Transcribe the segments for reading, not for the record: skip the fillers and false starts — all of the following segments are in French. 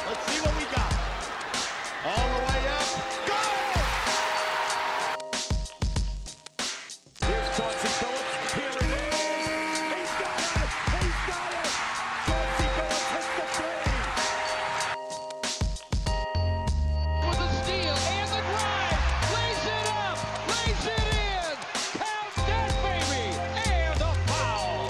Let's see what we got. All the way up. Go! Here's Chauncey Billups. Here it is. He's got it. He's got it. Chauncey Billups hits the three. With a steal and the drive. Lays it up. Lays it in. Count that baby. And a foul.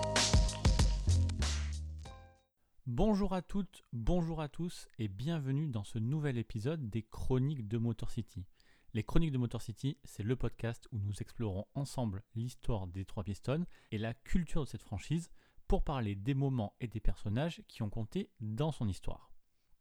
Bonjour à toutes, bonjour à tous et bienvenue dans ce nouvel épisode des Chroniques de Motor City. Les Chroniques de Motor City, c'est le podcast où nous explorons ensemble l'histoire des Detroit Pistons et la culture de cette franchise pour parler des moments et des personnages qui ont compté dans son histoire.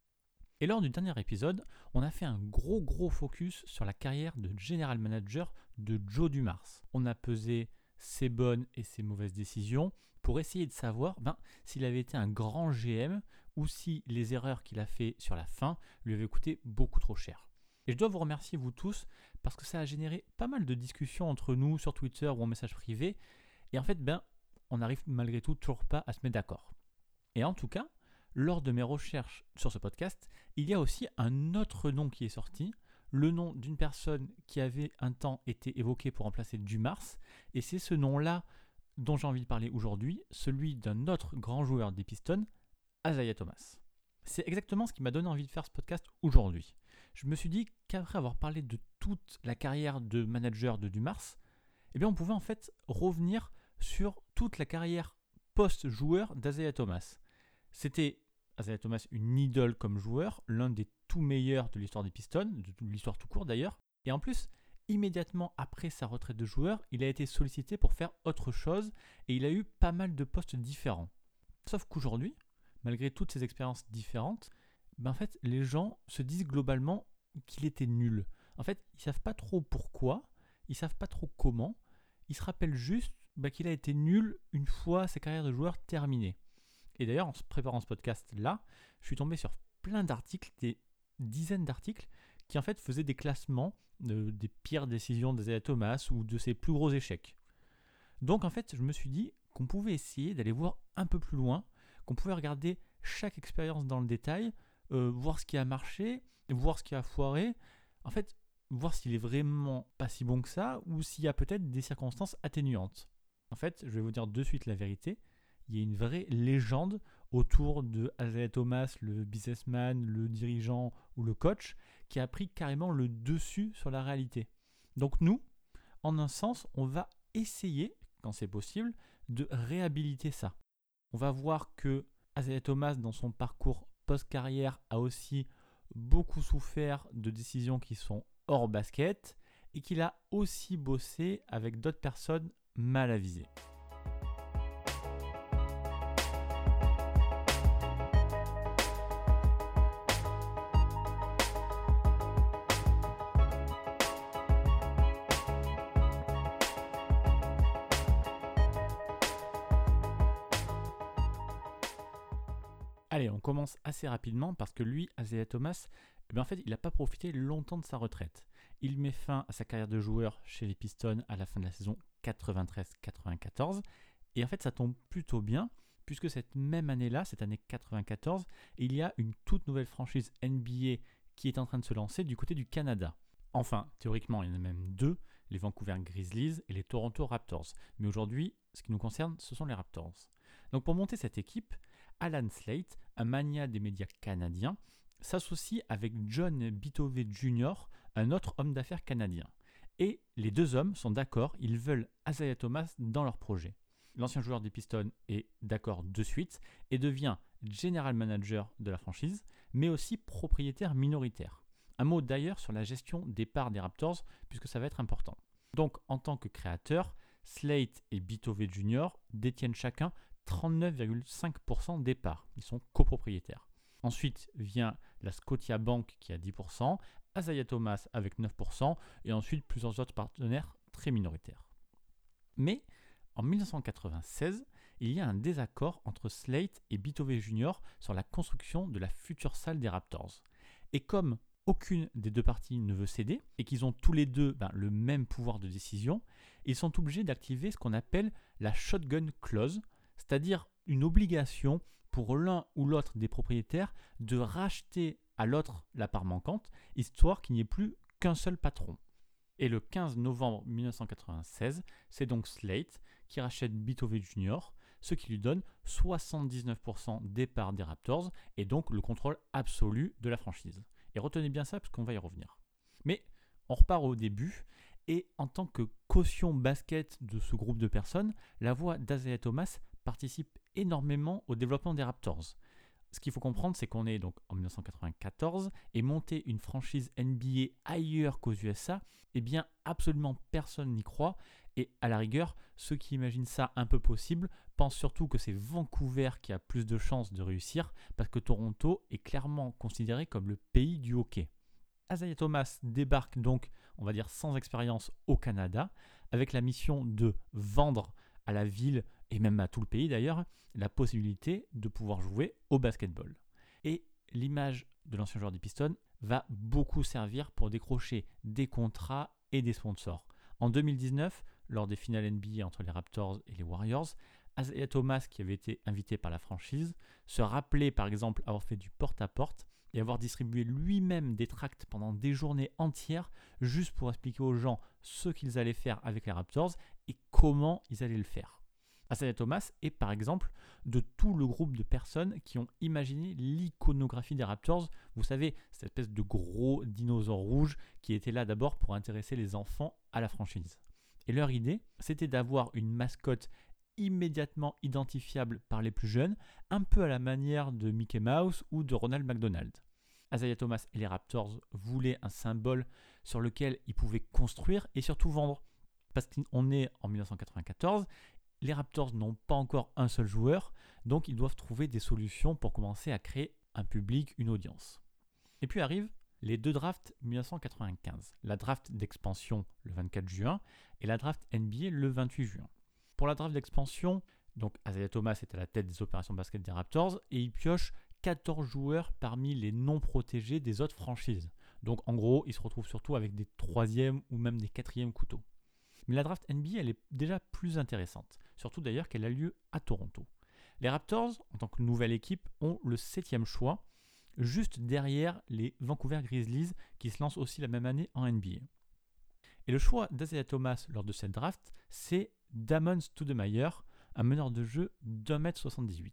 Et lors du dernier épisode, on a fait un gros focus sur la carrière de general manager de Joe Dumars. On a pesé ses bonnes et ses mauvaises décisions pour essayer de savoir s'il avait été un grand GM ou si les erreurs qu'il a fait sur la fin lui avaient coûté beaucoup trop cher. Et je dois vous remercier vous tous parce que ça a généré pas mal de discussions entre nous sur Twitter ou en message privé et en fait on n'arrive malgré tout toujours pas à se mettre d'accord. Et en tout cas, lors de mes recherches sur ce podcast, il y a aussi un autre nom qui est sorti, le nom d'une personne qui avait un temps été évoquée pour remplacer Dumars, et c'est ce nom-là dont j'ai envie de parler aujourd'hui, celui d'un autre grand joueur des Pistons, Isiah Thomas. C'est exactement ce qui m'a donné envie de faire ce podcast aujourd'hui. Je me suis dit qu'après avoir parlé de toute la carrière de manager de Dumars, on pouvait en fait revenir sur toute la carrière post-joueur d'Isiah Thomas. C'était Isiah Thomas une idole comme joueur, l'un des tout meilleurs de l'histoire des Pistons, de l'histoire tout court d'ailleurs. Et en plus, immédiatement après sa retraite de joueur, il a été sollicité pour faire autre chose et il a eu pas mal de postes différents. Sauf qu'aujourd'hui, malgré toutes ces expériences différentes, en fait, les gens se disent globalement qu'il était nul. En fait, ils ne savent pas trop pourquoi, ils ne savent pas trop comment, ils se rappellent juste qu'il a été nul une fois sa carrière de joueur terminée. Et d'ailleurs, en se préparant ce podcast-là, je suis tombé sur plein d'articles, des dizaines d'articles, qui en fait faisaient des classements des pires décisions d'Isiah Thomas ou de ses plus gros échecs. Donc en fait, je me suis dit qu'on pouvait essayer d'aller voir un peu plus loin, qu'on pouvait regarder chaque expérience dans le détail, voir ce qui a marché, voir ce qui a foiré, en fait, voir s'il est vraiment pas si bon que ça ou s'il y a peut-être des circonstances atténuantes. En fait, je vais vous dire de suite la vérité, il y a une vraie légende autour de Isiah Thomas, le businessman, le dirigeant ou le coach, qui a pris carrément le dessus sur la réalité. Donc nous, en un sens, on va essayer, quand c'est possible, de réhabiliter ça. On va voir que Isiah Thomas, dans son parcours post-carrière, a aussi beaucoup souffert de décisions qui sont hors basket et qu'il a aussi bossé avec d'autres personnes mal avisées. Allez, on commence assez rapidement parce que lui, Isiah Thomas, en fait, il n'a pas profité longtemps de sa retraite. Il met fin à sa carrière de joueur chez les Pistons à la fin de la saison 93-94. Et en fait, ça tombe plutôt bien puisque cette même année-là, cette année 94, il y a une toute nouvelle franchise NBA qui est en train de se lancer du côté du Canada. Enfin, théoriquement, il y en a même deux, les Vancouver Grizzlies et les Toronto Raptors. Mais aujourd'hui, ce qui nous concerne, ce sont les Raptors. Donc pour monter cette équipe, Alan Slate, un magnat des médias canadiens, s'associe avec John Bitove Jr., un autre homme d'affaires canadien. Et les deux hommes sont d'accord, ils veulent Isiah Thomas dans leur projet. L'ancien joueur des Pistons est d'accord de suite et devient general manager de la franchise, mais aussi propriétaire minoritaire. Un mot d'ailleurs sur la gestion des parts des Raptors, puisque ça va être important. Donc en tant que créateur, Slate et Bitove Jr. détiennent chacun 39,5% des parts. Ils sont copropriétaires. Ensuite vient la Scotiabank qui a 10%, Isiah Thomas avec 9% et ensuite plusieurs autres partenaires très minoritaires. Mais en 1996, il y a un désaccord entre Slate et Bitove Jr. sur la construction de la future salle des Raptors. Et comme aucune des deux parties ne veut céder et qu'ils ont tous les deux le même pouvoir de décision, ils sont obligés d'activer ce qu'on appelle la shotgun clause, c'est-à-dire une obligation pour pour l'un ou l'autre des propriétaires de racheter à l'autre la part manquante, histoire qu'il n'y ait plus qu'un seul patron. Et le 15 novembre 1996, c'est donc Slate qui rachète Beethoven Jr., ce qui lui donne 79% des parts des Raptors et donc le contrôle absolu de la franchise. Et retenez bien ça parce qu'on va y revenir. Mais on repart au début et en tant que caution basket de ce groupe de personnes, la voix d'Isaiah Thomas participe énormément au développement des Raptors. Ce qu'il faut comprendre, c'est qu'on est donc en 1994 et monter une franchise NBA ailleurs qu'aux USA, eh bien absolument personne n'y croit. Et à la rigueur, ceux qui imaginent ça un peu possible pensent surtout que c'est Vancouver qui a plus de chances de réussir parce que Toronto est clairement considéré comme le pays du hockey. Isaiah Thomas débarque donc, on va dire sans expérience, au Canada avec la mission de vendre à la ville et même à tout le pays d'ailleurs la possibilité de pouvoir jouer au basketball. Et l'image de l'ancien joueur des Pistons va beaucoup servir pour décrocher des contrats et des sponsors. En 2019, lors des finales NBA entre les Raptors et les Warriors, Isaiah Thomas, qui avait été invité par la franchise, se rappelait par exemple avoir fait du porte-à-porte et avoir distribué lui-même des tracts pendant des journées entières juste pour expliquer aux gens ce qu'ils allaient faire avec les Raptors et comment ils allaient le faire. Isaiah Thomas est par exemple de tout le groupe de personnes qui ont imaginé l'iconographie des Raptors. Vous savez, cette espèce de gros dinosaure rouge qui était là d'abord pour intéresser les enfants à la franchise. Et leur idée, c'était d'avoir une mascotte immédiatement identifiable par les plus jeunes, un peu à la manière de Mickey Mouse ou de Ronald McDonald. Isaiah Thomas et les Raptors voulaient un symbole sur lequel ils pouvaient construire et surtout vendre. Parce qu'on est en 1994, les Raptors n'ont pas encore un seul joueur, donc ils doivent trouver des solutions pour commencer à créer un public, une audience. Et puis arrivent les deux drafts 1995, la draft d'expansion le 24 juin et la draft NBA le 28 juin. Pour la draft d'expansion, donc Isaiah Thomas est à la tête des opérations basket des Raptors et il pioche 14 joueurs parmi les non protégés des autres franchises. Donc en gros, il se retrouve surtout avec des 3e ou même des 4e couteaux. Mais la draft NBA, elle est déjà plus intéressante, surtout d'ailleurs qu'elle a lieu à Toronto. Les Raptors, en tant que nouvelle équipe, ont le 7e choix, juste derrière les Vancouver Grizzlies qui se lancent aussi la même année en NBA. Et le choix d'Isaiah Thomas lors de cette draft, c'est Damon Stoudemire, un meneur de jeu d'1m78.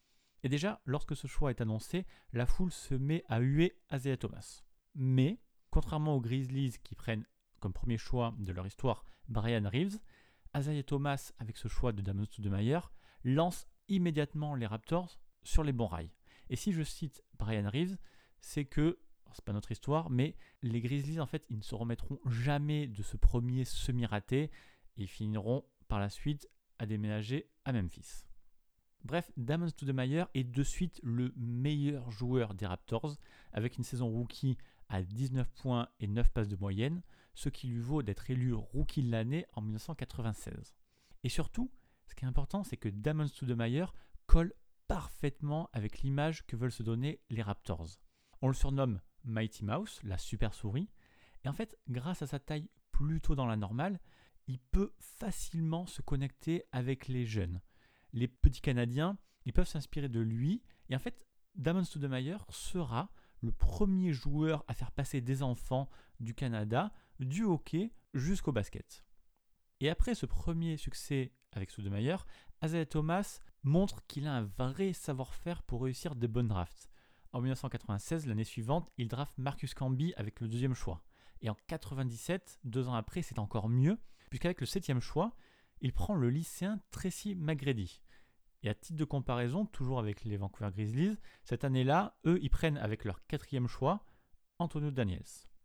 Et déjà, lorsque ce choix est annoncé, la foule se met à huer Isaiah Thomas. Mais, contrairement aux Grizzlies qui prennent comme premier choix de leur histoire Brian Reeves, Isaiah Thomas, avec ce choix de Damon Stoudemire, lance immédiatement les Raptors sur les bons rails. Et si je cite Brian Reeves, c'est que, c'est pas notre histoire, mais les Grizzlies, en fait, ils ne se remettront jamais de ce premier semi-raté et ils finiront par la suite à déménager à Memphis. Bref, Damon Stoudemire est de suite le meilleur joueur des Raptors, avec une saison rookie à 19 points et 9 passes de moyenne, ce qui lui vaut d'être élu rookie de l'année en 1996. Et surtout, ce qui est important, c'est que Damon Stoudemire colle parfaitement avec l'image que veulent se donner les Raptors. On le surnomme Mighty Mouse, la super souris, et en fait, grâce à sa taille plutôt dans la normale, il peut facilement se connecter avec les jeunes. Les petits Canadiens, ils peuvent s'inspirer de lui, et en fait, Damon Stoudemire sera le premier joueur à faire passer des enfants du Canada, du hockey jusqu'au basket. Et après ce premier succès avec Stoudemire, Isaiah Thomas montre qu'il a un vrai savoir-faire pour réussir des bonnes drafts. En 1996, l'année suivante, il draft Marcus Camby avec le 2e choix. Et en 1997, 2 ans après, c'est encore mieux, puisqu'avec le 7e choix, il prend le lycéen Tracy McGrady. Et à titre de comparaison, toujours avec les Vancouver Grizzlies, cette année-là, eux, ils prennent avec leur 4e choix Antonio Daniels.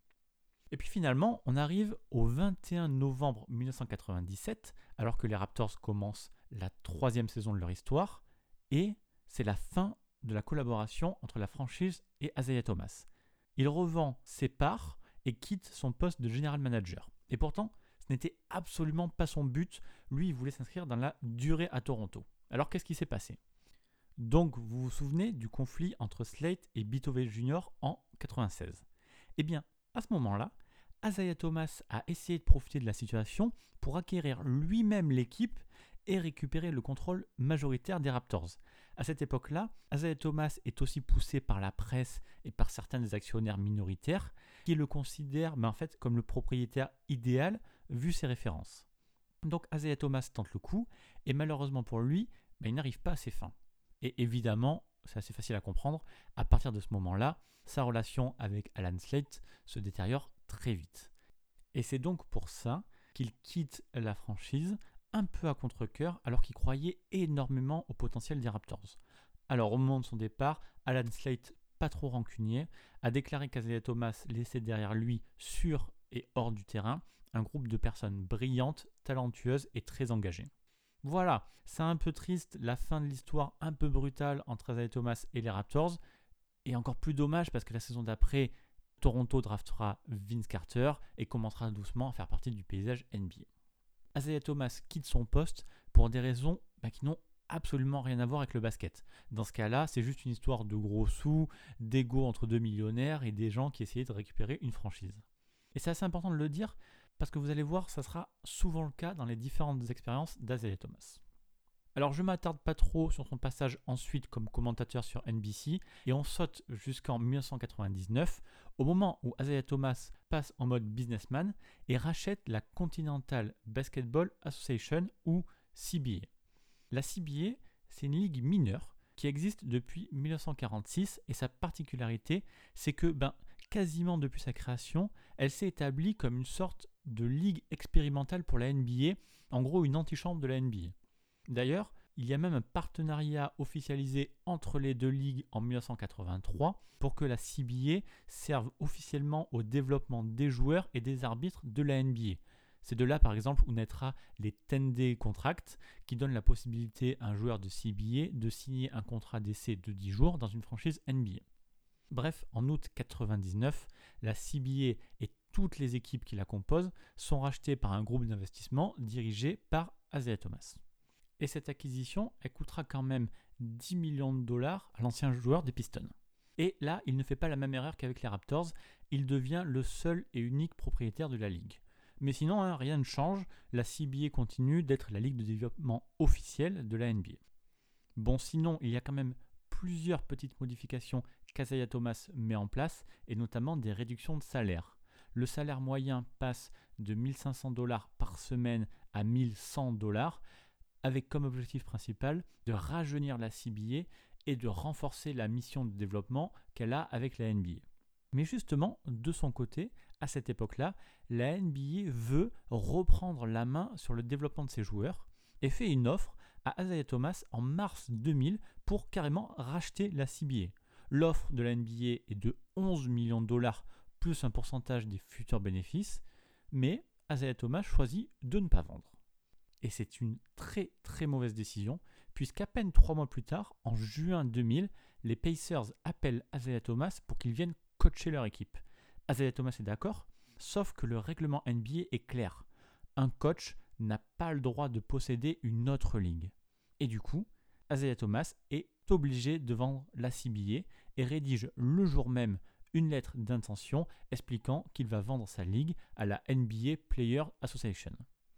Et puis finalement, on arrive au 21 novembre 1997, alors que les Raptors commencent la 3e saison de leur histoire, et c'est la fin de la collaboration entre la franchise et Isaiah Thomas. Il revend ses parts et quitte son poste de general manager. Et pourtant, ce n'était absolument pas son but. Lui, il voulait s'inscrire dans la durée à Toronto. Alors, qu'est-ce qui s'est passé ? Donc, vous vous souvenez du conflit entre Slate et Beethoven Jr. en 1996. Eh bien, à ce moment-là, Isaiah Thomas a essayé de profiter de la situation pour acquérir lui-même l'équipe et récupérer le contrôle majoritaire des Raptors. À cette époque-là, Isaiah Thomas est aussi poussé par la presse et par certains des actionnaires minoritaires qui le considèrent en fait, comme le propriétaire idéal vu ses références. Donc Isaiah Thomas tente le coup et malheureusement pour lui, il n'arrive pas à ses fins. Et évidemment, c'est assez facile à comprendre, à partir de ce moment-là, sa relation avec Alan Slate se détériore très vite. Et c'est donc pour ça qu'il quitte la franchise un peu à contre-cœur alors qu'il croyait énormément au potentiel des Raptors. Alors au moment de son départ, Alan Slate, pas trop rancunier, a déclaré qu'Isaiah Thomas laissait derrière lui, sur et hors du terrain, un groupe de personnes brillantes, talentueuses et très engagées. Voilà, c'est un peu triste, la fin de l'histoire un peu brutale entre Isaiah Thomas et les Raptors, et encore plus dommage parce que la saison d'après, Toronto draftera Vince Carter et commencera doucement à faire partie du paysage NBA. Isaiah Thomas quitte son poste pour des raisons qui n'ont absolument rien à voir avec le basket. Dans ce cas-là, c'est juste une histoire de gros sous, d'ego entre deux millionnaires et des gens qui essayaient de récupérer une franchise. Et c'est assez important de le dire parce que vous allez voir, ça sera souvent le cas dans les différentes expériences d'Isaiah Thomas. Alors je ne m'attarde pas trop sur son passage ensuite comme commentateur sur NBC et on saute jusqu'en 1999 au moment où Isaiah Thomas passe en mode businessman et rachète la Continental Basketball Association ou CBA. La CBA, c'est une ligue mineure qui existe depuis 1946 et sa particularité, c'est que quasiment depuis sa création, elle s'est établie comme une sorte de ligue expérimentale pour la NBA, en gros une antichambre de la NBA. D'ailleurs, il y a même un partenariat officialisé entre les deux ligues en 1983 pour que la CBA serve officiellement au développement des joueurs et des arbitres de la NBA. C'est de là par exemple où naîtra les 10-day contracts qui donnent la possibilité à un joueur de CBA de signer un contrat d'essai de 10 jours dans une franchise NBA. Bref, en août 1999, la CBA et toutes les équipes qui la composent sont rachetées par un groupe d'investissement dirigé par Isaiah Thomas. Et cette acquisition, elle coûtera quand même 10 millions de dollars à l'ancien joueur des Pistons. Et là, il ne fait pas la même erreur qu'avec les Raptors, il devient le seul et unique propriétaire de la ligue. Mais sinon, rien ne change, la CBA continue d'être la ligue de développement officielle de la NBA. Bon, sinon, il y a quand même plusieurs petites modifications qu'Isaiah Thomas met en place, et notamment des réductions de salaire. Le salaire moyen passe de 1500 dollars par semaine à 1100 dollars, avec comme objectif principal de rajeunir la CBA et de renforcer la mission de développement qu'elle a avec la NBA. Mais justement, de son côté, à cette époque-là, la NBA veut reprendre la main sur le développement de ses joueurs et fait une offre à Isaiah Thomas en mars 2000 pour carrément racheter la CBA. L'offre de la NBA est de 11 millions de dollars plus un pourcentage des futurs bénéfices, mais Isaiah Thomas choisit de ne pas vendre. Et c'est une très très mauvaise décision, puisqu'à peine 3 mois plus tard, en juin 2000, les Pacers appellent Isaiah Thomas pour qu'il vienne coacher leur équipe. Isaiah Thomas est d'accord, sauf que le règlement NBA est clair. Un coach n'a pas le droit de posséder une autre ligue. Et du coup, Isaiah Thomas est obligé de vendre la CBA et rédige le jour même une lettre d'intention expliquant qu'il va vendre sa ligue à la NBA Players Association.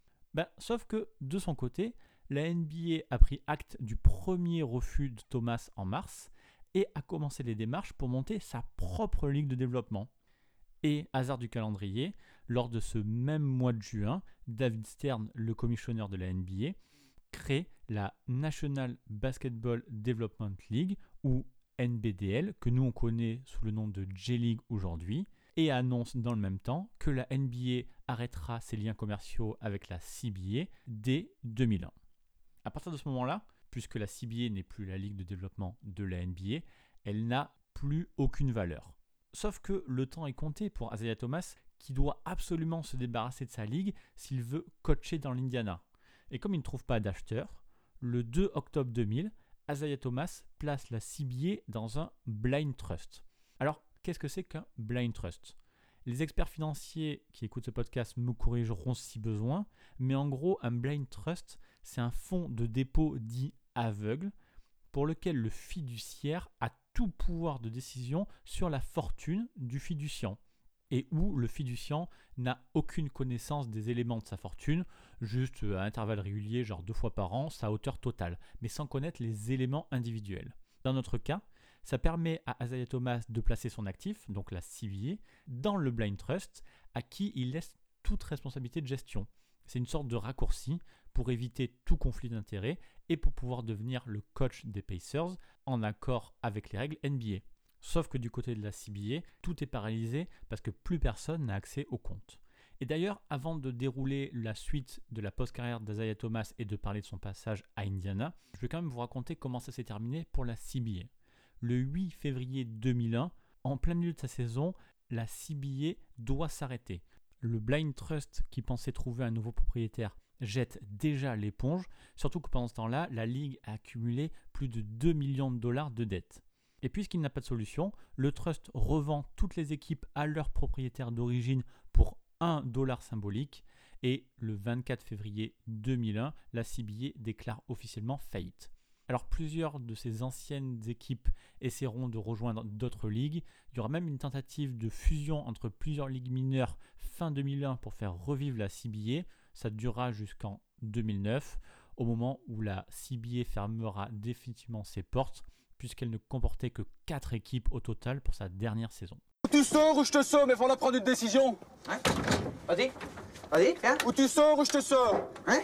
Sauf que, de son côté, la NBA a pris acte du premier refus de Thomas en mars et a commencé les démarches pour monter sa propre ligue de développement. Et, hasard du calendrier, lors de ce même mois de juin, David Stern, le commissionneur de la NBA, crée la National Basketball Development League, ou NBDL, que nous on connaît sous le nom de J-League aujourd'hui, et annonce dans le même temps que la NBA arrêtera ses liens commerciaux avec la CBA dès 2001. À partir de ce moment-là, puisque la CBA n'est plus la ligue de développement de la NBA, elle n'a plus aucune valeur. Sauf que le temps est compté pour Isaiah Thomas, qui doit absolument se débarrasser de sa ligue s'il veut coacher dans l'Indiana. Et comme il ne trouve pas d'acheteur, le 2 octobre 2000, Isaiah Thomas place la CBA dans un blind trust. Alors, qu'est-ce que c'est qu'un blind trust ? Les experts financiers qui écoutent ce podcast me corrigeront si besoin, mais en gros, un blind trust, c'est un fonds de dépôt dit aveugle pour lequel le fiduciaire a tout pouvoir de décision sur la fortune du fiduciant. et où le fiduciant n'a aucune connaissance des éléments de sa fortune, juste à intervalles réguliers, genre 2 fois par an, sa hauteur totale, mais sans connaître les éléments individuels. Dans notre cas, ça permet à Isaiah Thomas de placer son actif, donc la CBA, dans le blind trust, à qui il laisse toute responsabilité de gestion. C'est une sorte de raccourci pour éviter tout conflit d'intérêts et pour pouvoir devenir le coach des Pacers en accord avec les règles NBA. Sauf que du côté de la CBA, tout est paralysé parce que plus personne n'a accès au compte. Et d'ailleurs, avant de dérouler la suite de la post-carrière d'Isaiah Thomas et de parler de son passage à Indiana, je vais quand même vous raconter comment ça s'est terminé pour la CBA. Le 8 février 2001, en plein milieu de sa saison, la CBA doit s'arrêter. Le Blind Trust, qui pensait trouver un nouveau propriétaire, jette déjà l'éponge, surtout que pendant ce temps-là, la Ligue a accumulé plus de 2 millions de dollars de dettes. Et puisqu'il n'a pas de solution, le Trust revend toutes les équipes à leurs propriétaires d'origine pour $1 symbolique, et le 24 février 2001, la CBA déclare officiellement faillite. Alors plusieurs de ces anciennes équipes essaieront de rejoindre d'autres ligues. Il y aura même une tentative de fusion entre plusieurs ligues mineures fin 2001 pour faire revivre la CBA. Ça durera jusqu'en 2009, au moment où la CBA fermera définitivement ses portes, puisqu'elle ne comportait que 4 équipes au total pour sa dernière saison. Tu sors ou je te sors, mais il faudra prendre une décision. Hein? Vas-y, vas-y, viens. Ou tu sors ou je te sors. Hein?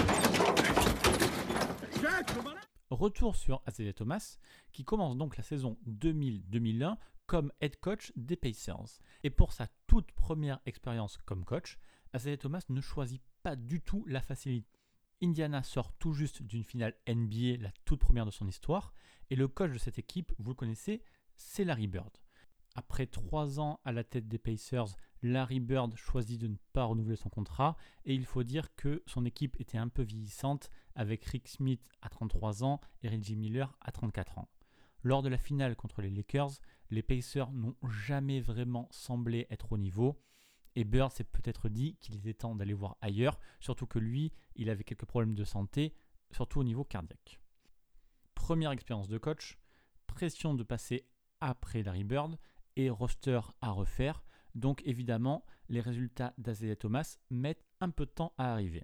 Retour sur Isaiah Thomas, qui commence donc la saison 2000-2001 comme head coach des Pacers. Et pour sa toute première expérience comme coach, Isaiah Thomas ne choisit pas du tout la facilité. Indiana sort tout juste d'une finale NBA, la toute première de son histoire, et le coach de cette équipe, vous le connaissez, c'est Larry Bird. Après 3 ans à la tête des Pacers, Larry Bird choisit de ne pas renouveler son contrat, et il faut dire que son équipe était un peu vieillissante, avec Rick Smith à 33 ans et Reggie Miller à 34 ans. Lors de la finale contre les Lakers, les Pacers n'ont jamais vraiment semblé être au niveau, et Bird s'est peut-être dit qu'il était temps d'aller voir ailleurs, surtout que lui, il avait quelques problèmes de santé, surtout au niveau cardiaque. Première expérience de coach, pression de passer après Larry Bird et roster à refaire, donc évidemment, les résultats d'Isaiah Thomas mettent un peu de temps à arriver.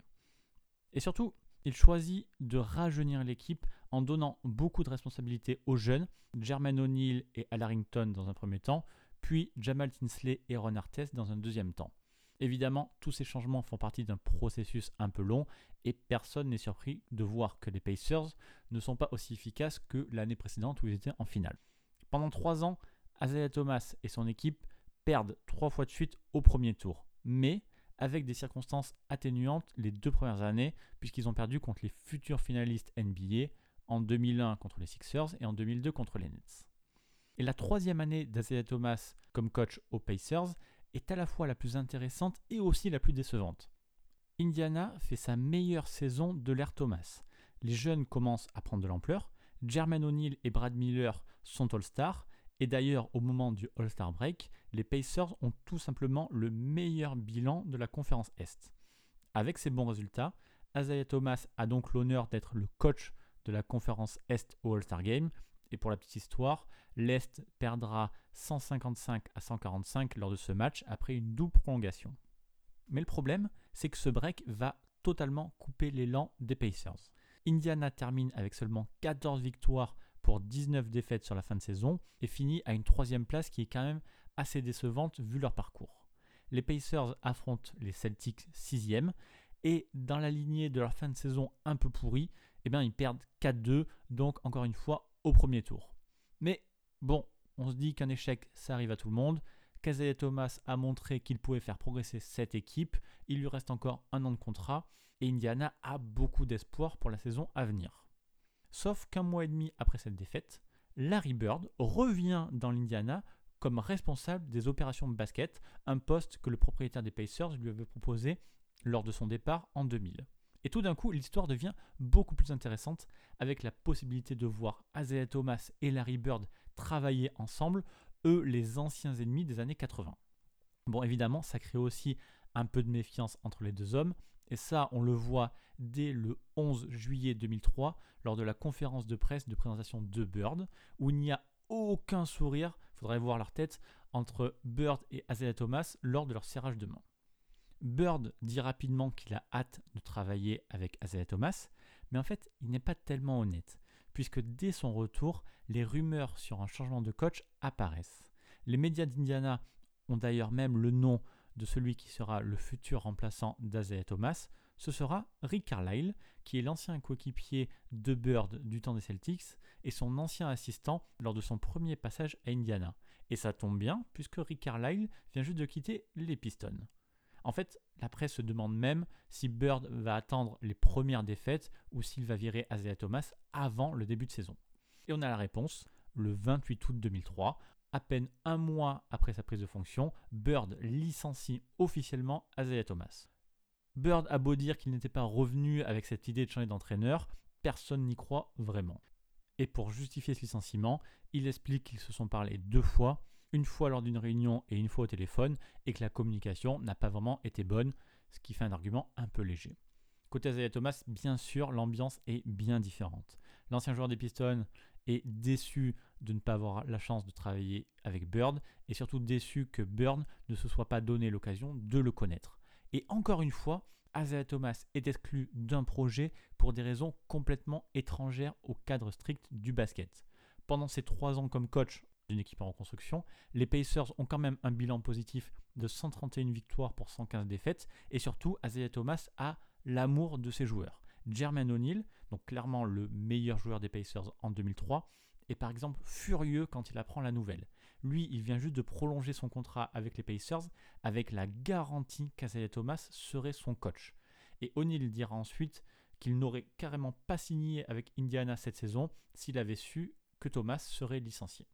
Et surtout, il choisit de rajeunir l'équipe en donnant beaucoup de responsabilités aux jeunes, Jermaine O'Neal et Al Harrington dans un premier temps, puis Jamal Tinsley et Ron Artest dans un deuxième temps. Évidemment, tous ces changements font partie d'un processus un peu long et personne n'est surpris de voir que les Pacers ne sont pas aussi efficaces que l'année précédente où ils étaient en finale. Pendant 3 ans, Isaiah Thomas et son équipe perdent 3 fois de suite au premier tour, mais avec des circonstances atténuantes les 2 premières années, puisqu'ils ont perdu contre les futurs finalistes NBA en 2001 contre les Sixers et en 2002 contre les Nets. Et la 3e année d'Isaiah Thomas comme coach aux Pacers est à la fois la plus intéressante et aussi la plus décevante. Indiana fait sa meilleure saison de l'ère Thomas. Les jeunes commencent à prendre de l'ampleur, Jermaine O'Neal et Brad Miller sont All-Stars, et d'ailleurs au moment du All-Star Break, les Pacers ont tout simplement le meilleur bilan de la conférence Est. Avec ces bons résultats, Isaiah Thomas a donc l'honneur d'être le coach de la conférence Est au All-Star Game, et pour la petite histoire, l'Est perdra 155-145 lors de ce match après une double prolongation. Mais le problème, c'est que ce break va totalement couper l'élan des Pacers. Indiana termine avec seulement 14 victoires pour 19 défaites sur la fin de saison et finit à une 3e place qui est quand même assez décevante vu leur parcours. Les Pacers affrontent les Celtics 6e et dans la lignée de leur fin de saison un peu pourrie, ils perdent 4-2, donc encore une fois au premier tour. Mais bon, on se dit qu'un échec ça arrive à tout le monde, qu'Isaiah Thomas a montré qu'il pouvait faire progresser cette équipe, il lui reste encore 1 an de contrat et Indiana a beaucoup d'espoir pour la saison à venir. Sauf qu'1 mois et demi après cette défaite, Larry Bird revient dans l'Indiana comme responsable des opérations de basket, un poste que le propriétaire des Pacers lui avait proposé lors de son départ en 2000. Et tout d'un coup, l'histoire devient beaucoup plus intéressante avec la possibilité de voir Isaiah Thomas et Larry Bird travailler ensemble, eux les anciens ennemis des années 80. Bon, évidemment, ça crée aussi un peu de méfiance entre les deux hommes, et ça, on le voit dès le 11 juillet 2003, lors de la conférence de presse de présentation de Bird, où il n'y a aucun sourire, il faudrait voir leur tête, entre Bird et Isaiah Thomas lors de leur serrage de main. Bird dit rapidement qu'il a hâte de travailler avec Isaiah Thomas, mais en fait, il n'est pas tellement honnête, puisque dès son retour, les rumeurs sur un changement de coach apparaissent. Les médias d'Indiana ont d'ailleurs même le nom de celui qui sera le futur remplaçant d'Isaiah Thomas. Ce sera Rick Carlisle, qui est l'ancien coéquipier de Bird du temps des Celtics et son ancien assistant lors de son premier passage à Indiana. Et ça tombe bien, puisque Rick Carlisle vient juste de quitter les Pistons. En fait, la presse se demande même si Bird va attendre les premières défaites ou s'il va virer Isaiah Thomas avant le début de saison. Et on a la réponse, le 28 août 2003, à peine un mois après sa prise de fonction, Bird licencie officiellement Isaiah Thomas. Bird a beau dire qu'il n'était pas revenu avec cette idée de changer d'entraîneur, personne n'y croit vraiment. Et pour justifier ce licenciement, il explique qu'ils se sont parlé 2 fois, une fois lors d'une réunion et une fois au téléphone, et que la communication n'a pas vraiment été bonne, ce qui fait un argument un peu léger. Côté Isaiah Thomas, bien sûr, l'ambiance est bien différente. L'ancien joueur des Pistons est déçu de ne pas avoir la chance de travailler avec Bird, et surtout déçu que Bird ne se soit pas donné l'occasion de le connaître. Et encore une fois, Isaiah Thomas est exclu d'un projet pour des raisons complètement étrangères au cadre strict du basket. Pendant ses 3 ans comme coach d'une équipe en reconstruction, les Pacers ont quand même un bilan positif de 131 victoires pour 115 défaites, et surtout Isaiah Thomas a l'amour de ses joueurs. Jermaine O'Neal, donc clairement le meilleur joueur des Pacers en 2003, est par exemple furieux quand il apprend la nouvelle. Lui, il vient juste de prolonger son contrat avec les Pacers avec la garantie qu'Isaiah Thomas serait son coach. Et O'Neal dira ensuite qu'il n'aurait carrément pas signé avec Indiana cette saison s'il avait su que Thomas serait licencié.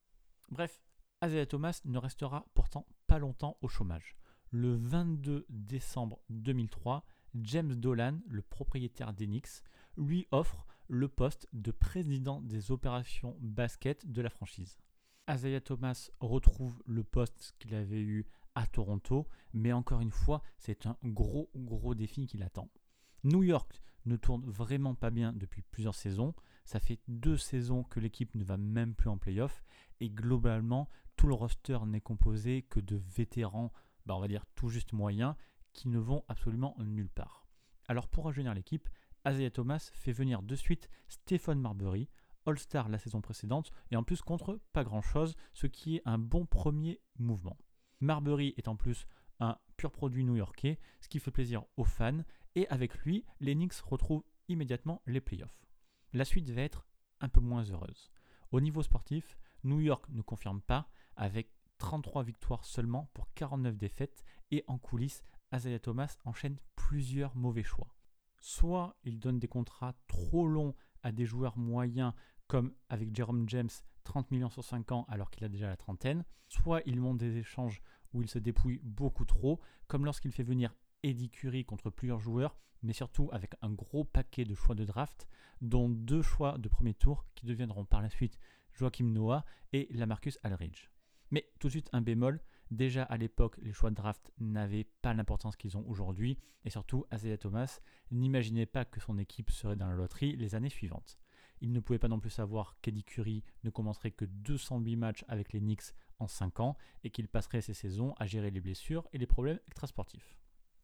Bref, Isaiah Thomas ne restera pourtant pas longtemps au chômage. Le 22 décembre 2003, James Dolan, le propriétaire des Knicks, lui offre le poste de président des opérations basket de la franchise. Isaiah Thomas retrouve le poste qu'il avait eu à Toronto, mais encore une fois, c'est un gros défi qui l'attend. New York ne tourne vraiment pas bien depuis plusieurs saisons. Ça fait 2 saisons que l'équipe ne va même plus en play-off, et globalement, tout le roster n'est composé que de vétérans, on va dire tout juste moyens, qui ne vont absolument nulle part. Alors pour rajeunir l'équipe, Isaiah Thomas fait venir de suite Stephon Marbury, All-Star la saison précédente, et en plus contre pas grand-chose, ce qui est un bon premier mouvement. Marbury est en plus un pur produit new-yorkais, ce qui fait plaisir aux fans, et avec lui, les Knicks retrouvent immédiatement les playoffs. La suite va être un peu moins heureuse. Au niveau sportif, New York ne confirme pas, avec 33 victoires seulement pour 49 défaites, et en coulisses, Isaiah Thomas enchaîne plusieurs mauvais choix. Soit il donne des contrats trop longs à des joueurs moyens, comme avec Jerome James, 30 millions sur 5 ans alors qu'il a déjà la trentaine, soit il monte des échanges où il se dépouille beaucoup trop, comme lorsqu'il fait venir Eddie Curry contre plusieurs joueurs, mais surtout avec un gros paquet de choix de draft, dont 2 choix de premier tour qui deviendront par la suite Joakim Noah et Lamarcus Aldridge. Mais tout de suite un bémol, déjà à l'époque les choix de draft n'avaient pas l'importance qu'ils ont aujourd'hui, et surtout Isaiah Thomas n'imaginait pas que son équipe serait dans la loterie les années suivantes. Il ne pouvait pas non plus savoir qu'Eddie Curry ne commencerait que 208 matchs avec les Knicks en 5 ans et qu'il passerait ses saisons à gérer les blessures et les problèmes extrasportifs.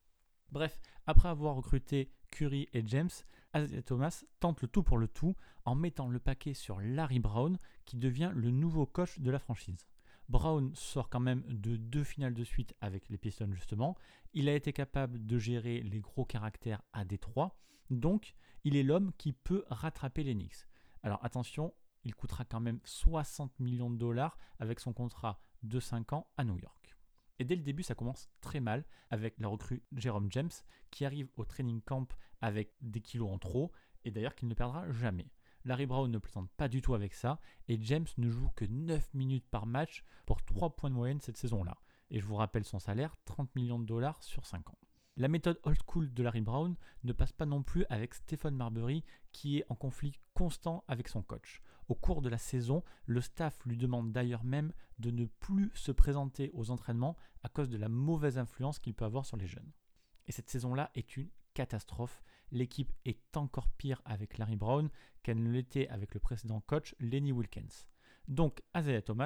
Bref, après avoir recruté Curry et James, Isaiah Thomas tente le tout pour le tout en mettant le paquet sur Larry Brown qui devient le nouveau coach de la franchise. Brown sort quand même de 2 finales de suite avec les Pistons justement. Il a été capable de gérer les gros caractères à Détroit, donc il est l'homme qui peut rattraper les Knicks. Alors attention, il coûtera quand même 60 millions de dollars avec son contrat de 5 ans à New York. Et dès le début, ça commence très mal avec la recrue Jerome James qui arrive au training camp avec des kilos en trop et d'ailleurs qu'il ne perdra jamais. Larry Brown ne plaisante pas du tout avec ça et James ne joue que 9 minutes par match pour 3 points de moyenne cette saison-là. Et je vous rappelle son salaire, 30 millions de dollars sur 5 ans. La méthode old school de Larry Brown ne passe pas non plus avec Stephon Marbury qui est en conflit constant avec son coach. Au cours de la saison, le staff lui demande d'ailleurs même de ne plus se présenter aux entraînements à cause de la mauvaise influence qu'il peut avoir sur les jeunes. Et cette saison-là est une catastrophe. L'équipe est encore pire avec Larry Brown qu'elle ne l'était avec le précédent coach Lenny Wilkens. Donc Isaiah Thomas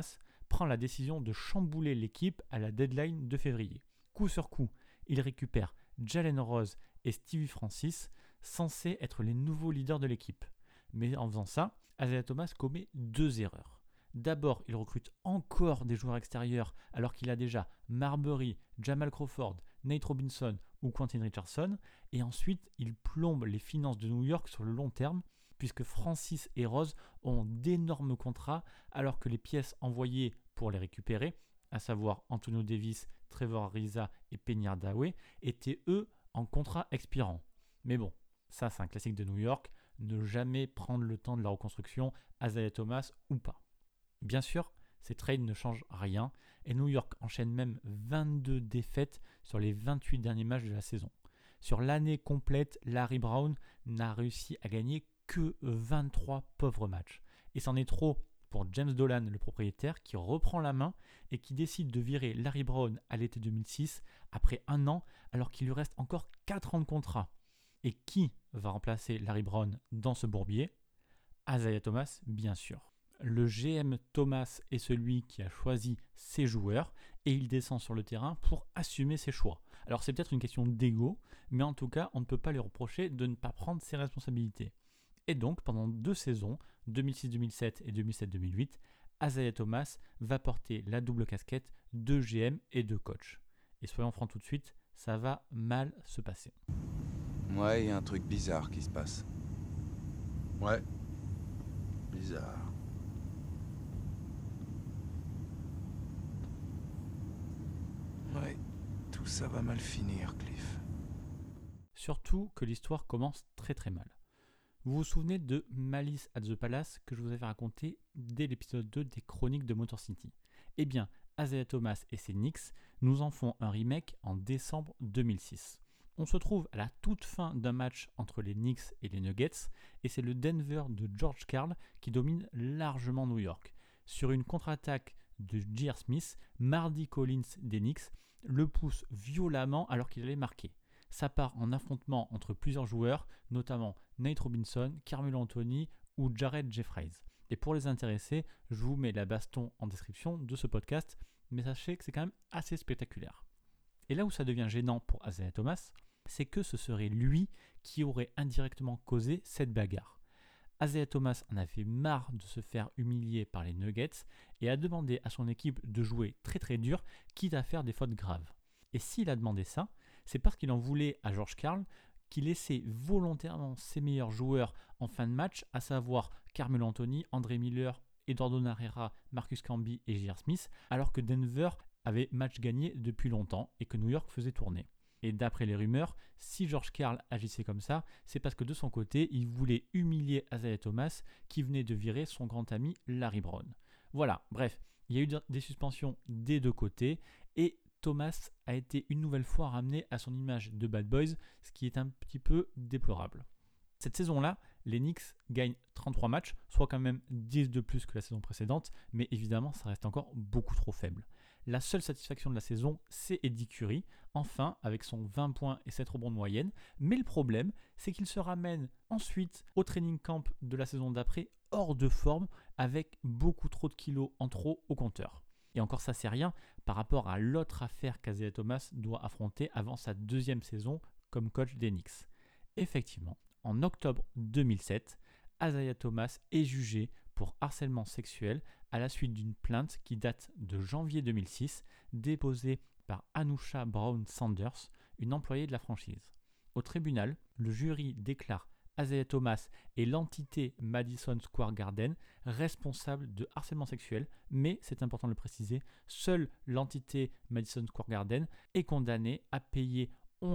prend la décision de chambouler l'équipe à la deadline de février. Coup sur coup, il récupère Jalen Rose et Stevie Francis, censés être les nouveaux leaders de l'équipe. Mais en faisant ça, Isaiah Thomas commet 2 erreurs. D'abord, il recrute encore des joueurs extérieurs alors qu'il a déjà Marbury, Jamal Crawford, Nate Robinson ou Quentin Richardson. Et ensuite, il plombe les finances de New York sur le long terme puisque Francis et Rose ont d'énormes contrats alors que les pièces envoyées pour les récupérer, à savoir Antonio Davis, Trevor Ariza et Penny Hardaway, étaient eux en contrat expirant. Mais bon, ça c'est un classique de New York, ne jamais prendre le temps de la reconstruction, Isaiah Thomas ou pas. Bien sûr, ces trades ne changent rien et New York enchaîne même 22 défaites sur les 28 derniers matchs de la saison. Sur l'année complète, Larry Brown n'a réussi à gagner que 23 pauvres matchs. Et c'en est trop pour James Dolan, le propriétaire, qui reprend la main et qui décide de virer Larry Brown à l'été 2006 après 1 an alors qu'il lui reste encore 4 ans de contrat. Et qui va remplacer Larry Brown dans ce bourbier ? Isaiah Thomas, bien sûr. Le GM Thomas est celui qui a choisi ses joueurs et il descend sur le terrain pour assumer ses choix. Alors c'est peut-être une question d'ego, mais en tout cas on ne peut pas lui reprocher de ne pas prendre ses responsabilités. Et donc pendant 2 saisons, 2006-2007 et 2007-2008, Isaiah Thomas va porter la double casquette de GM et de coach. Et soyons francs tout de suite, ça va mal se passer. Ouais, il y a un truc bizarre qui se passe. Ouais. Bizarre. Ouais, tout ça va mal finir, Cliff. Surtout que l'histoire commence très très mal. Vous vous souvenez de Malice at the Palace que je vous avais raconté dès l'épisode 2 des Chroniques de Motor City. Eh bien, Isaiah Thomas et ses Knicks nous en font un remake en décembre 2006. On se trouve à la toute fin d'un match entre les Knicks et les Nuggets et c'est le Denver de George Karl qui domine largement New York. Sur une contre-attaque de J.R. Smith, Mardy Collins des Knicks le pousse violemment alors qu'il allait marquer. Ça part en affrontement entre plusieurs joueurs, notamment Nate Robinson, Carmelo Anthony ou Jared Jeffries. Et pour les intéressés, je vous mets la baston en description de ce podcast, mais sachez que c'est quand même assez spectaculaire. Et là où ça devient gênant pour Isaiah Thomas, c'est que ce serait lui qui aurait indirectement causé cette bagarre. Isaiah Thomas en avait marre de se faire humilier par les Nuggets et a demandé à son équipe de jouer très très dur, quitte à faire des fautes graves. Et s'il a demandé ça, c'est parce qu'il en voulait à George Karl qui laissait volontairement ses meilleurs joueurs en fin de match, à savoir Carmelo Anthony, André Miller, Eduardo Herrera, Marcus Camby et J.R. Smith, alors que Denver avait match gagné depuis longtemps et que New York faisait tourner. Et d'après les rumeurs, si George Karl agissait comme ça, c'est parce que de son côté, il voulait humilier Isaiah Thomas qui venait de virer son grand ami Larry Brown. Voilà, bref, il y a eu des suspensions des deux côtés et Thomas a été une nouvelle fois ramené à son image de bad boys, ce qui est un petit peu déplorable. Cette saison-là, les Knicks gagnent 33 matchs, soit quand même 10 de plus que la saison précédente, mais évidemment ça reste encore beaucoup trop faible. La seule satisfaction de la saison, c'est Eddie Curry, enfin avec son 20 points et 7 rebonds de moyenne, mais le problème, c'est qu'il se ramène ensuite au training camp de la saison d'après hors de forme, avec beaucoup trop de kilos en trop au compteur. Et encore ça c'est rien par rapport à l'autre affaire qu'Isaiah Thomas doit affronter avant sa 2e saison comme coach des Knicks. Effectivement, en octobre 2007, Isaiah Thomas est jugé pour harcèlement sexuel à la suite d'une plainte qui date de janvier 2006, déposée par Anusha Brown Sanders, une employée de la franchise. Au tribunal, le jury déclare Isaiah Thomas et l'entité Madison Square Garden responsables de harcèlement sexuel, mais c'est important de le préciser, seule l'entité Madison Square Garden est condamnée à payer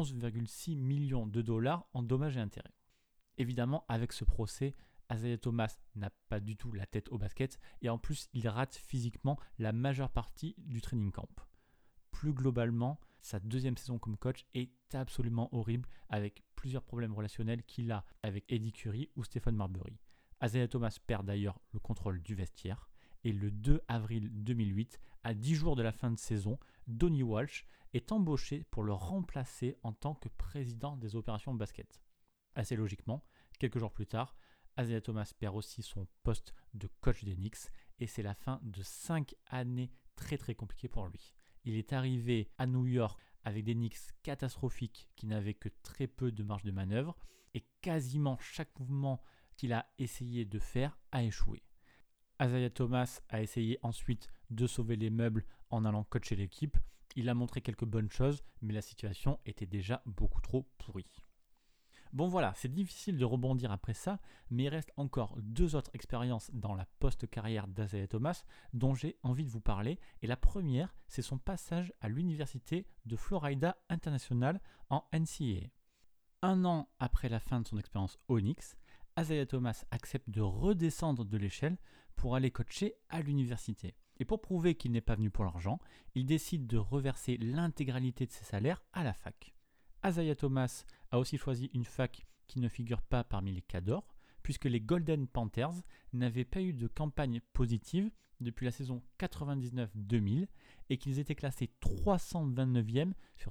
11,6 millions de dollars en dommages et intérêts. Évidemment, avec ce procès, Isaiah Thomas n'a pas du tout la tête au basket et en plus, il rate physiquement la majeure partie du training camp. Plus globalement, sa 2e saison comme coach est absolument horrible avec plusieurs problèmes relationnels qu'il a avec Eddie Curry ou Stephen Marbury. Isaiah Thomas perd d'ailleurs le contrôle du vestiaire et le 2 avril 2008, à 10 jours de la fin de saison, Donnie Walsh est embauché pour le remplacer en tant que président des opérations de basket. Assez logiquement, quelques jours plus tard, Isaiah Thomas perd aussi son poste de coach des Knicks et c'est la fin de 5 années très très compliquées pour lui. Il est arrivé à New York avec des Knicks catastrophiques qui n'avaient que très peu de marge de manœuvre et quasiment chaque mouvement qu'il a essayé de faire a échoué. Isaiah Thomas a essayé ensuite de sauver les meubles en allant coacher l'équipe. Il a montré quelques bonnes choses, mais la situation était déjà beaucoup trop pourrie. Bon voilà, c'est difficile de rebondir après ça, mais il reste encore 2 autres expériences dans la post-carrière d'Isaiah Thomas dont j'ai envie de vous parler. Et la première, c'est son passage à l'université de Florida International en NCAA. 1 an après la fin de son expérience au Knicks, Isaiah Thomas accepte de redescendre de l'échelle pour aller coacher à l'université. Et pour prouver qu'il n'est pas venu pour l'argent, il décide de reverser l'intégralité de ses salaires à la fac. Isaiah Thomas a aussi choisi une fac qui ne figure pas parmi les cadors, puisque les Golden Panthers n'avaient pas eu de campagne positive depuis la saison 99-2000 et qu'ils étaient classés 329e sur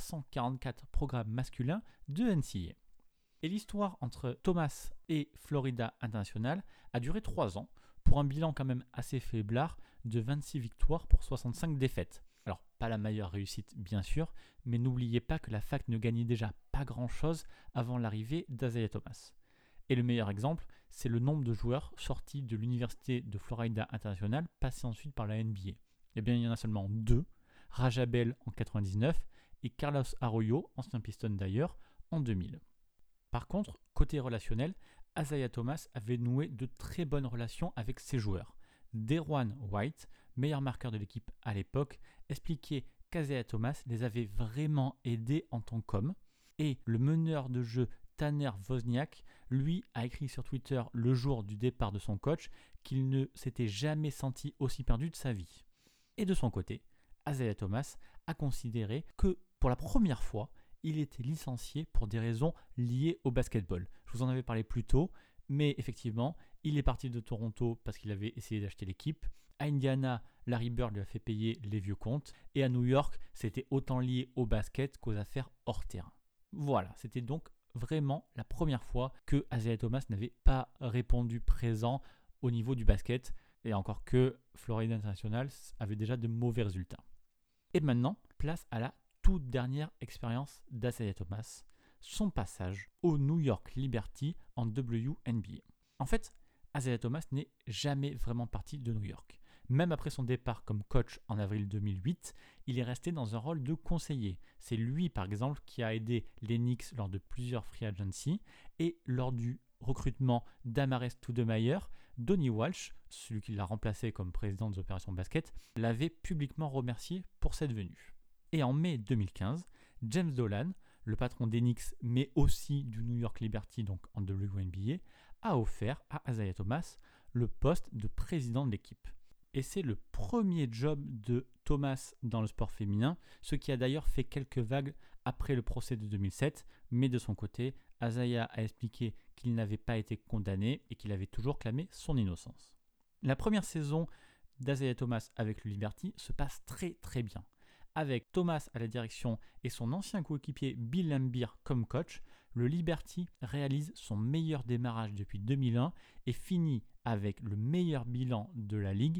344 programmes masculins de NCAA. Et l'histoire entre Thomas et Florida International a duré 3 ans, pour un bilan quand même assez faiblard de 26 victoires pour 65 défaites. Alors, pas la meilleure réussite bien sûr, mais n'oubliez pas que la fac ne gagnait déjà pas grand-chose avant l'arrivée d'Isaiah Thomas. Et le meilleur exemple, c'est le nombre de joueurs sortis de l'université de Florida International passés ensuite par la NBA. Eh bien, il y en a seulement 2, Raja Bell en 99 et Carlos Arroyo, ancien Piston d'ailleurs, en 2000. Par contre, côté relationnel, Isaiah Thomas avait noué de très bonnes relations avec ses joueurs. De'Ron White, meilleur marqueur de l'équipe à l'époque, expliquait qu'Isaiah Thomas les avait vraiment aidés en tant qu'homme. Et le meneur de jeu Tanner Wozniak, lui, a écrit sur Twitter le jour du départ de son coach qu'il ne s'était jamais senti aussi perdu de sa vie. Et de son côté, Isaiah Thomas a considéré que pour la première fois, il était licencié pour des raisons liées au basketball. Je vous en avais parlé plus tôt, mais effectivement, il est parti de Toronto parce qu'il avait essayé d'acheter l'équipe. À Indiana, Larry Bird lui a fait payer les vieux comptes. Et à New York, c'était autant lié au basket qu'aux affaires hors terrain. Voilà, c'était donc vraiment la première fois que Isaiah Thomas n'avait pas répondu présent au niveau du basket. Et encore que Florida International avait déjà de mauvais résultats. Et maintenant, place à la toute dernière expérience d'Isaiah Thomas, son passage au New York Liberty en WNBA. En fait, Isaiah Thomas n'est jamais vraiment parti de New York. Même après son départ comme coach en avril 2008, il est resté dans un rôle de conseiller. C'est lui, par exemple, qui a aidé les Knicks lors de plusieurs free agency et lors du recrutement d'Amares Stoudemire, Donnie Walsh, celui qui l'a remplacé comme président des opérations basket, l'avait publiquement remercié pour cette venue. Et en mai 2015, James Dolan, le patron des Knicks, mais aussi du New York Liberty, donc en WNBA, a offert à Isaiah Thomas le poste de président de l'équipe. Et c'est le premier job de Thomas dans le sport féminin, ce qui a d'ailleurs fait quelques vagues après le procès de 2007, mais de son côté, Isaiah a expliqué qu'il n'avait pas été condamné et qu'il avait toujours clamé son innocence. La première saison d'Isaiah Thomas avec le Liberty se passe très très bien. Avec Thomas à la direction et son ancien coéquipier Bill Laimbeer comme coach, le Liberty réalise son meilleur démarrage depuis 2001 et finit avec le meilleur bilan de la ligue,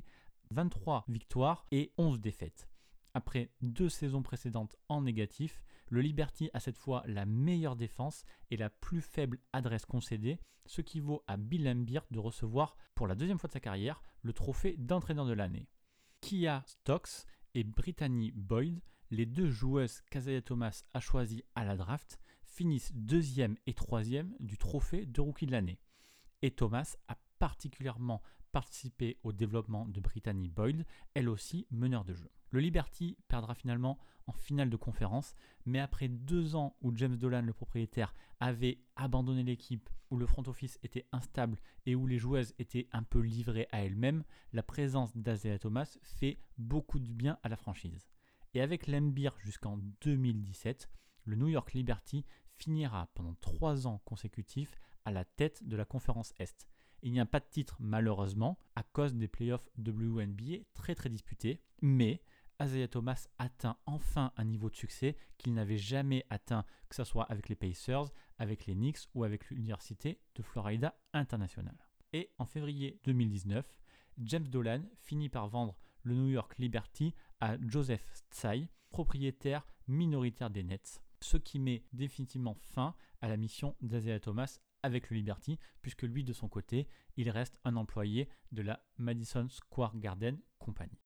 23 victoires et 11 défaites. Après 2 saisons précédentes en négatif, le Liberty a cette fois la meilleure défense et la plus faible adresse concédée, ce qui vaut à Bill Laimbeer de recevoir pour la 2e fois de sa carrière le trophée d'entraîneur de l'année. Kia Stokes et Brittany Boyd, les 2 joueuses qu'Isaiah Thomas a choisies à la draft, finissent 2e et 3e du trophée de rookie de l'année. Et Thomas a particulièrement participé au développement de Brittany Boyd, elle aussi meneur de jeu. Le Liberty perdra finalement en finale de conférence, mais après 2 ans où James Dolan, le propriétaire, avait abandonné l'équipe, où le front office était instable et où les joueuses étaient un peu livrées à elles-mêmes, la présence d'Isaiah Thomas fait beaucoup de bien à la franchise. Et avec Laimbeer jusqu'en 2017, le New York Liberty finira pendant 3 ans consécutifs à la tête de la conférence Est. Il n'y a pas de titre malheureusement à cause des playoffs WNBA très très disputés, mais Isaiah Thomas atteint enfin un niveau de succès qu'il n'avait jamais atteint, que ce soit avec les Pacers, avec les Knicks ou avec l'Université de Florida International. Et en février 2019, James Dolan finit par vendre le New York Liberty à Joseph Tsai, propriétaire minoritaire des Nets, ce qui met définitivement fin à la mission d'Isaiah Thomas avec le Liberty, puisque lui, de son côté, il reste un employé de la Madison Square Garden Company.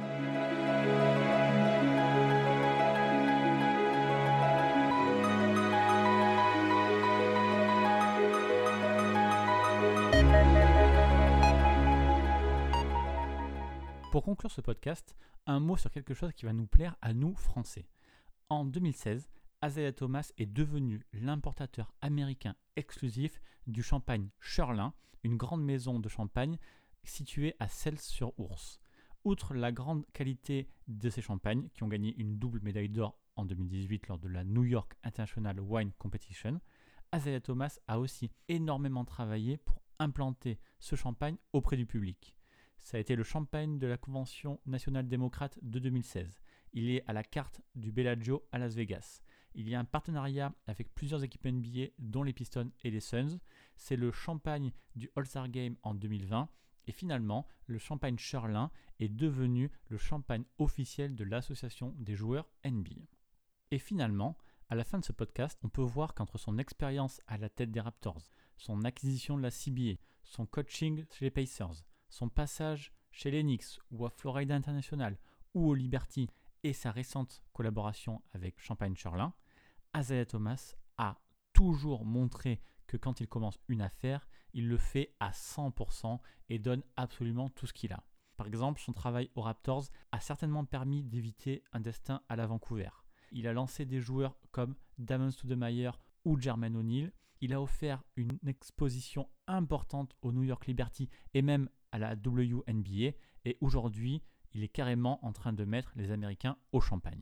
Pour conclure ce podcast, un mot sur quelque chose qui va nous plaire à nous, Français. En 2016, Isaiah Thomas est devenu l'importateur américain exclusif du champagne Shirlin, une grande maison de champagne située à Celles-sur-Ource. Outre la grande qualité de ces champagnes, qui ont gagné une double médaille d'or en 2018 lors de la New York International Wine Competition, Isaiah Thomas a aussi énormément travaillé pour implanter ce champagne auprès du public. Ça a été le champagne de la Convention nationale démocrate de 2016. Il est à la carte du Bellagio à Las Vegas. Il y a un partenariat avec plusieurs équipes NBA, dont les Pistons et les Suns. C'est le champagne du All-Star Game en 2020. Et finalement, le champagne Shirlin est devenu le champagne officiel de l'association des joueurs NBA. Et finalement, à la fin de ce podcast, on peut voir qu'entre son expérience à la tête des Raptors, son acquisition de la CBA, son coaching chez les Pacers, son passage chez les Knicks ou à Florida International ou au Liberty et sa récente collaboration avec Champagne Shirlin, Isaiah Thomas a toujours montré que quand il commence une affaire, il le fait à 100% et donne absolument tout ce qu'il a. Par exemple, son travail aux Raptors a certainement permis d'éviter un destin à la Vancouver. Il a lancé des joueurs comme Damon Stoudemire ou Jermaine O'Neal. Il a offert une exposition importante au New York Liberty et même à la WNBA. Et aujourd'hui, il est carrément en train de mettre les Américains au champagne.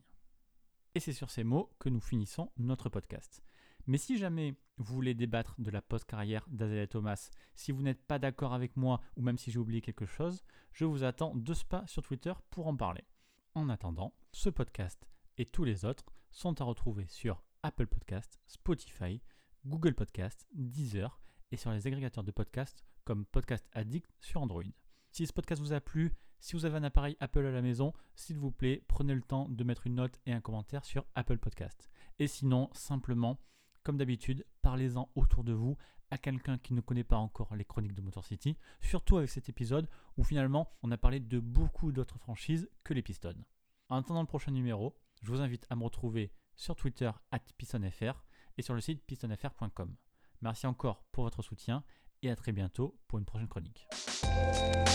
Et c'est sur ces mots que nous finissons notre podcast. Mais si jamais vous voulez débattre de la post-carrière d'Isaiah Thomas, si vous n'êtes pas d'accord avec moi ou même si j'ai oublié quelque chose, je vous attends de ce pas sur Twitter pour en parler. En attendant, ce podcast et tous les autres sont à retrouver sur Apple Podcasts, Spotify, Google Podcasts, Deezer et sur les agrégateurs de podcasts comme Podcast Addict sur Android. Si ce podcast vous a plu, si vous avez un appareil Apple à la maison, s'il vous plaît, prenez le temps de mettre une note et un commentaire sur Apple Podcasts. Et sinon, simplement, comme d'habitude, parlez-en autour de vous à quelqu'un qui ne connaît pas encore les chroniques de Motor City, surtout avec cet épisode où finalement on a parlé de beaucoup d'autres franchises que les Pistons. En attendant le prochain numéro, je vous invite à me retrouver sur Twitter @pistonfr et sur le site pistonfr.com. Merci encore pour votre soutien et à très bientôt pour une prochaine chronique.